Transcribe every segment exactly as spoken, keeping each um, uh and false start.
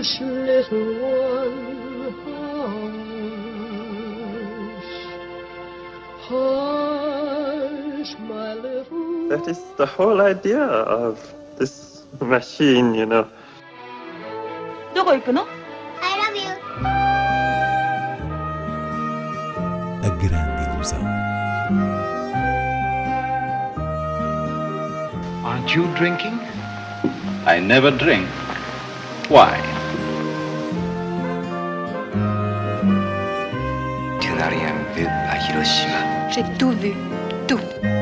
Hush, little one, hush, hush, my little. That is the whole idea of this machine, you know. どこ行くの? I love you. A grande ilusão. Aren't you drinking? I never drink. Why? Tu n'as rien vu à Hiroshima. J'ai tout vu, tout.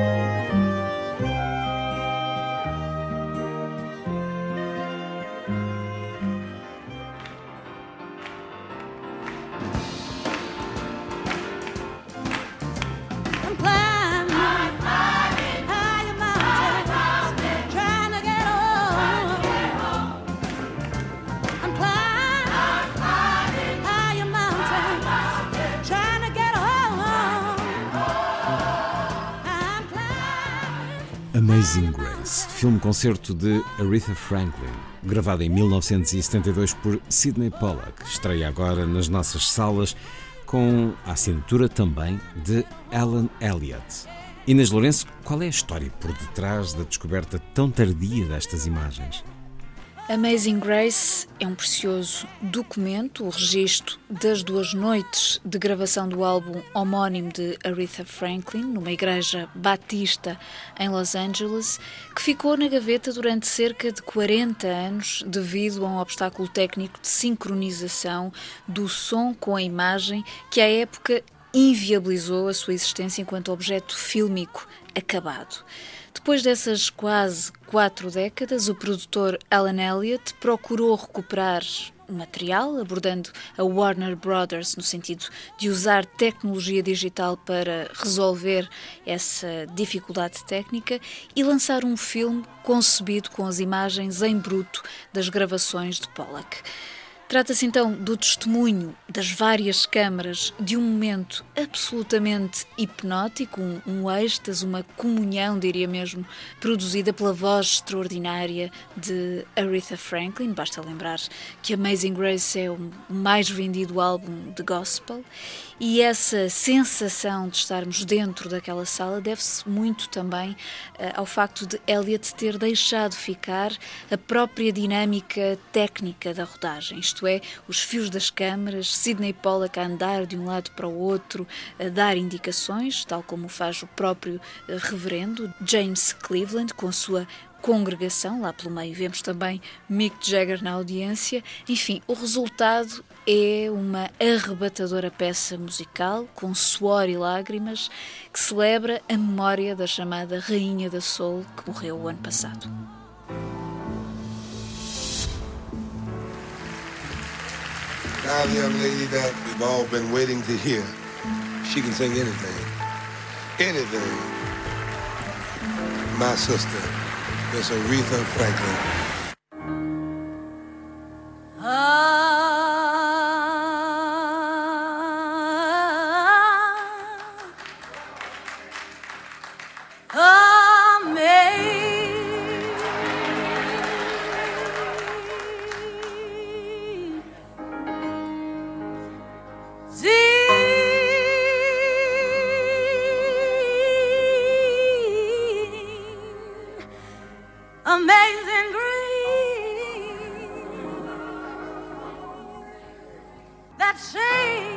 Amazing Grace, filme-concerto de Aretha Franklin, gravado em mil novecentos e setenta e dois por Sydney Pollack, estreia agora nas nossas salas com a assinatura também de Alan Elliott. Inês Lourenço, qual é a história por detrás da descoberta tão tardia destas imagens? Amazing Grace é um precioso documento, o registro das duas noites de gravação do álbum homónimo de Aretha Franklin, numa igreja batista em Los Angeles, que ficou na gaveta durante cerca de quarenta anos devido a um obstáculo técnico de sincronização do som com a imagem que à época inviabilizou a sua existência enquanto objeto fílmico acabado. Depois dessas quase quatro décadas, o produtor Alan Elliott procurou recuperar o material, abordando a Warner Brothers no sentido de usar tecnologia digital para resolver essa dificuldade técnica e lançar um filme concebido com as imagens em bruto das gravações de Pollack. Trata-se então do testemunho das várias câmaras de um momento absolutamente hipnótico, um, um êxtase, uma comunhão, diria mesmo, produzida pela voz extraordinária de Aretha Franklin. Basta lembrar que Amazing Grace é o mais vendido álbum de gospel e essa sensação de estarmos dentro daquela sala deve-se muito também uh, ao facto de Elliott ter deixado ficar a própria dinâmica técnica da rodagem, isto é, os fios das câmaras, Sydney Pollack a andar de um lado para o outro, a dar indicações, tal como faz o próprio uh, reverendo James Cleveland com a sua congregação, lá pelo meio vemos também Mick Jagger na audiência. Enfim, o resultado é uma arrebatadora peça musical com suor e lágrimas que celebra a memória da chamada Rainha da Soul que morreu o ano passado. Now the young lady that we've all been waiting to hear, she can sing anything, anything. My sister, Miss Aretha Franklin. Amazing grace that saved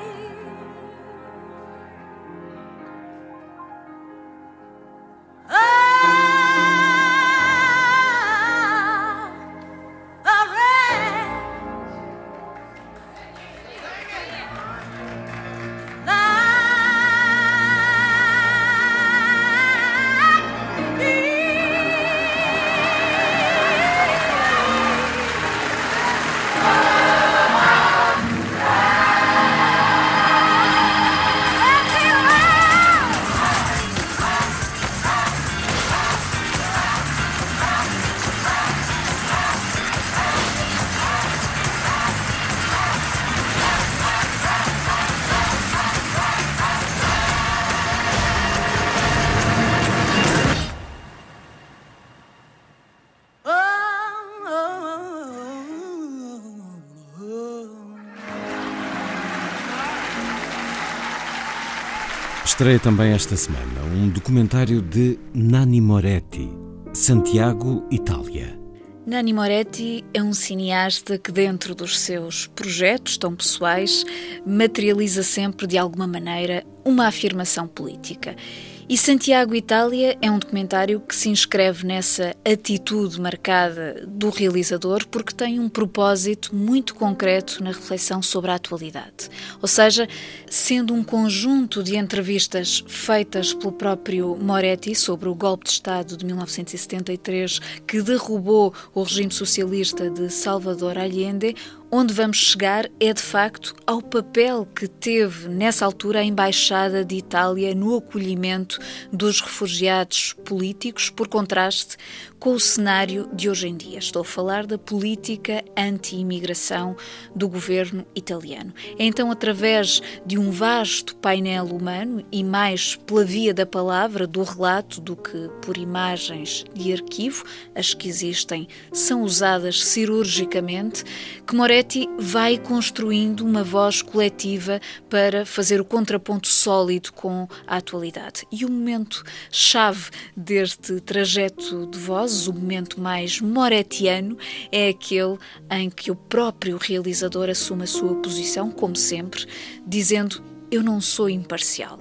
Estreia também esta semana um documentário de Nanni Moretti, Santiago, Itália. Nanni Moretti é um cineasta que, dentro dos seus projetos tão pessoais, materializa sempre, de alguma maneira, uma afirmação política. E Santiago, Itália é um documentário que se inscreve nessa atitude marcada do realizador porque tem um propósito muito concreto na reflexão sobre a atualidade. Ou seja, sendo um conjunto de entrevistas feitas pelo próprio Moretti sobre o golpe de Estado de mil novecentos e setenta e três que derrubou o regime socialista de Salvador Allende, onde vamos chegar é, de facto, ao papel que teve, nessa altura, a Embaixada de Itália no acolhimento dos refugiados políticos, por contraste com o cenário de hoje em dia. Estou a falar da política anti-imigração do governo italiano. É então através de um vasto painel humano e mais pela via da palavra, do relato, do que por imagens de arquivo, as que existem são usadas cirurgicamente, que Moretti vai construindo uma voz coletiva para fazer o contraponto sólido com a atualidade. E o momento-chave deste trajeto de voz, o momento mais morettiano, é aquele em que o próprio realizador assume a sua posição, como sempre, dizendo: eu não sou imparcial.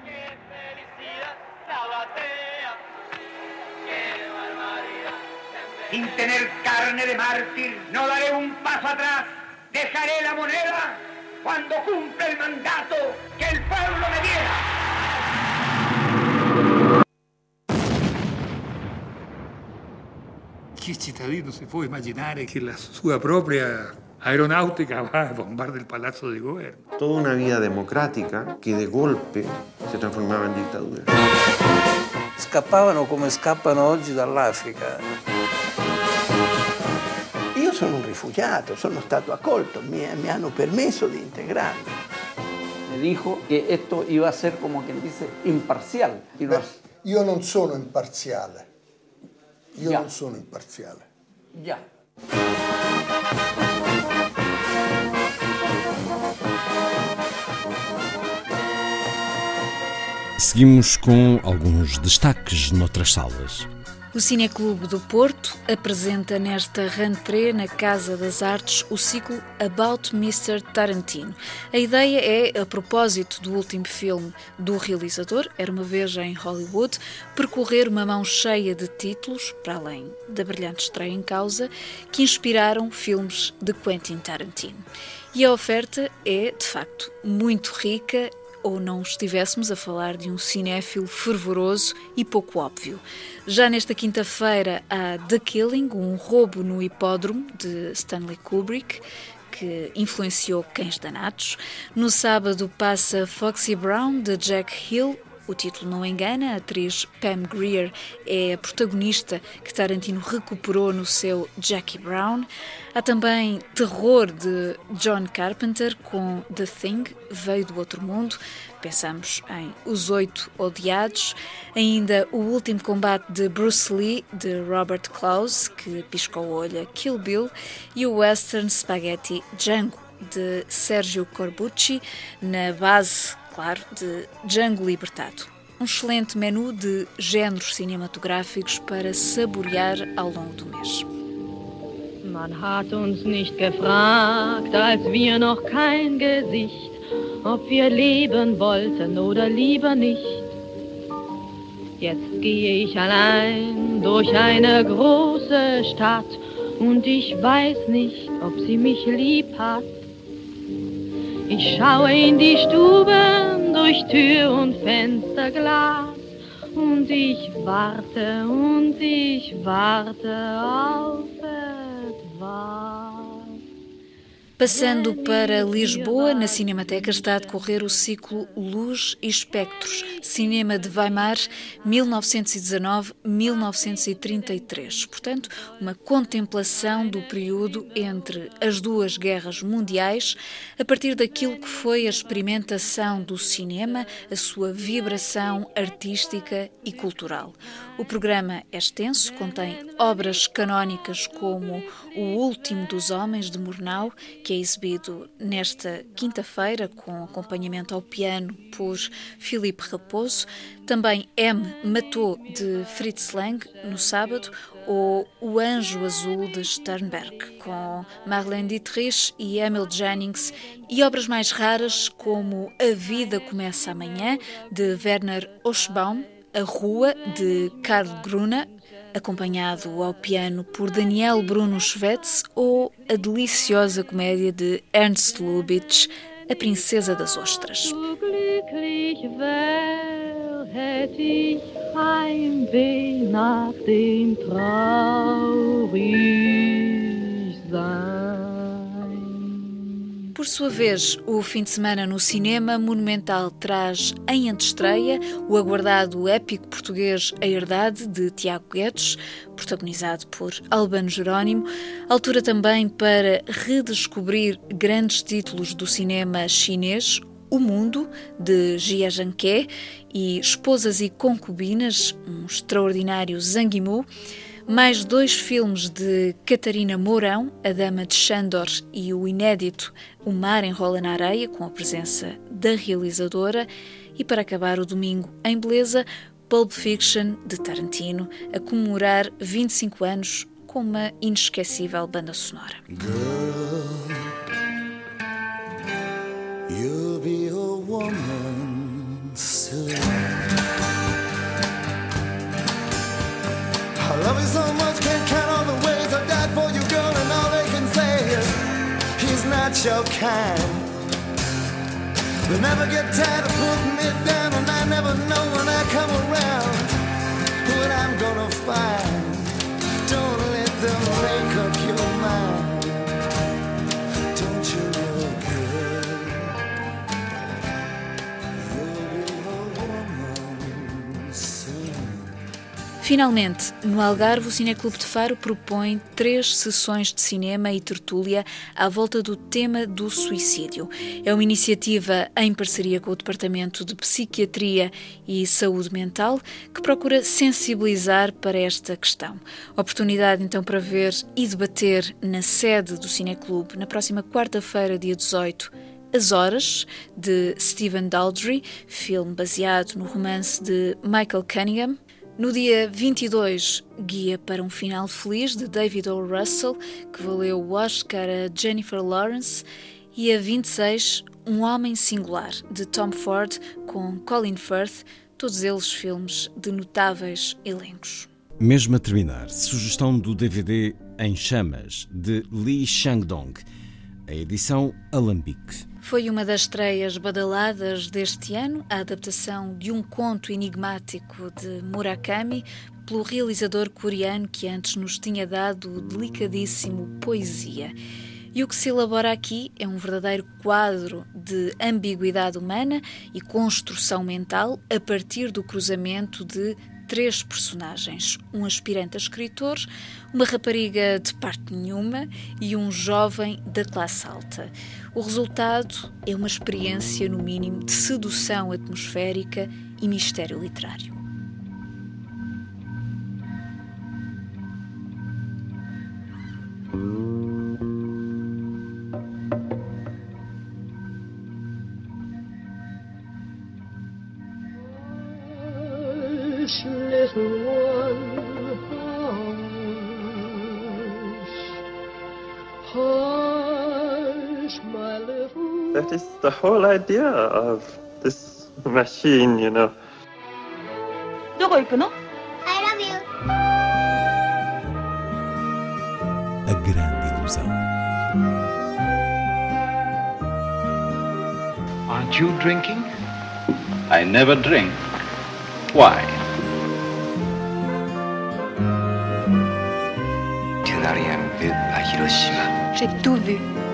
Sin tener carne de mártir, no daré un paso atrás, dejaré la moneda cuando cumpla el mandato que el pueblo me diera. Che cittadino si può immaginare che la sua propria aeronautica va a bombardare il palazzo di governo? Toda una vida democrática que de golpe se transformaba en dictadura. Scappavano come scappano oggi dall'Africa. Io sono un rifugiato, sono stato accolto, mi, mi hanno permesso di integrarmi. Me dijo que esto iba a ser, como quien dice, imparcial. Beh, io non sono imparziale. Io Già. non sono imparziale. Già. Seguimos com alguns destaques noutras salas. O Cineclube do Porto apresenta nesta rentrée na Casa das Artes o ciclo About mister Tarantino. A ideia é, a propósito do último filme do realizador, Era uma Vez em Hollywood, percorrer uma mão cheia de títulos, para além da brilhante estreia em causa, que inspiraram filmes de Quentin Tarantino. E a oferta é, de facto, muito rica, ou não estivéssemos a falar de um cinéfilo fervoroso e pouco óbvio. Já nesta quinta-feira há The Killing, um roubo no hipódromo de Stanley Kubrick, que influenciou Cães Danados. No sábado passa Foxy Brown, de Jack Hill. O título não engana, a atriz Pam Grier é a protagonista que Tarantino recuperou no seu Jackie Brown. Há também terror de John Carpenter com The Thing, Veio do Outro Mundo. Pensamos em Os Oito Odiados. Ainda O Último Combate de Bruce Lee, de Robert Clouse, que piscou o olho a Kill Bill. E o western Spaghetti Django, de Sergio Corbucci, na base, claro, de Django Libertado. Um excelente menu de géneros cinematográficos para saborear ao longo do mês. Man hat uns nicht gefragt, als wir noch kein Gesicht, ob wir leben wollten oder lieber nicht. Jetzt gehe ich allein durch eine große Stadt und ich weiß nicht, ob sie mich lieb hat. Ich schaue in die Stuben durch Tür und Fensterglas und ich warte und ich warte auf etwas. Passando para Lisboa, na Cinemateca está a decorrer o ciclo Luz e Espectros, Cinema de Weimar, mil novecentos e dezanove a mil novecentos e trinta e três. Portanto, uma contemplação do período entre as duas guerras mundiais, a partir daquilo que foi a experimentação do cinema, a sua vibração artística e cultural. O programa é extenso, contém obras canónicas como O Último dos Homens, de Murnau, que é exibido nesta quinta-feira com acompanhamento ao piano por Philippe Raposo. Também M. Matou, de Fritz Lang, no sábado, ou O Anjo Azul, de Sternberg, com Marlene Dietrich e Emil Jannings, e obras mais raras como A Vida Começa Amanhã, de Werner Oschbaum, A Rua, de Karl Gruner, acompanhado ao piano por Daniel Bruno Schwetz, ou a deliciosa comédia de Ernst Lubitsch, A Princesa das Ostras. Hätt ich Heimweh nach dem traurig sein. Por sua vez, o fim de semana no cinema Monumental traz em antestreia o aguardado épico português A Herdade, de Tiago Guedes, protagonizado por Albano Jerónimo, altura também para redescobrir grandes títulos do cinema chinês, O Mundo, de Jia Zhangke, e Esposas e Concubinas, um extraordinário Zhang Yimou, mais dois filmes de Catarina Mourão, A Dama de Chandor e o inédito O Mar Enrola na Areia, com a presença da realizadora, e para acabar o domingo em beleza, Pulp Fiction, de Tarantino, a comemorar vinte e cinco anos com uma inesquecível banda sonora. Girl, you'll be a woman soon. I love you so much, can't count all the ways I died for you, girl, and all they can say is he's not your kind. They never get tired of putting me down, and I never know when I come around what I'm gonna find. Don't let them make up your mind. Don't you know, girl, you'll be a woman soon. Finalmente, no Algarve, o Cineclube de Faro propõe três sessões de cinema e tertúlia à volta do tema do suicídio. É uma iniciativa em parceria com o Departamento de Psiquiatria e Saúde Mental que procura sensibilizar para esta questão. Oportunidade então para ver e debater na sede do Cineclube na próxima quarta-feira, dia dezoito, As Horas, de Stephen Daldry, filme baseado no romance de Michael Cunningham. No dia vinte e dois, Guia para um Final Feliz, de David O. Russell, que valeu o Oscar a Jennifer Lawrence. E a vinte e seis, Um Homem Singular, de Tom Ford, com Colin Firth, todos eles filmes de notáveis elencos. Mesmo a terminar, sugestão do D V D Em Chamas, de Lee Chang-dong, a edição Alambique. Foi uma das estreias badaladas deste ano, a adaptação de um conto enigmático de Murakami pelo realizador coreano que antes nos tinha dado o delicadíssimo Poesia. E o que se elabora aqui é um verdadeiro quadro de ambiguidade humana e construção mental a partir do cruzamento de três personagens, um aspirante a escritor, uma rapariga de parte nenhuma e um jovem da classe alta. O resultado é uma experiência, no mínimo, de sedução atmosférica e mistério literário. Little one, hush, hush, my little... That is the whole idea of this machine, you know. どこ行くの? I love you. A grande ilusão. Aren't you drinking? I never drink. Why? Tu n'as rien vu à Hiroshima. J'ai tout vu.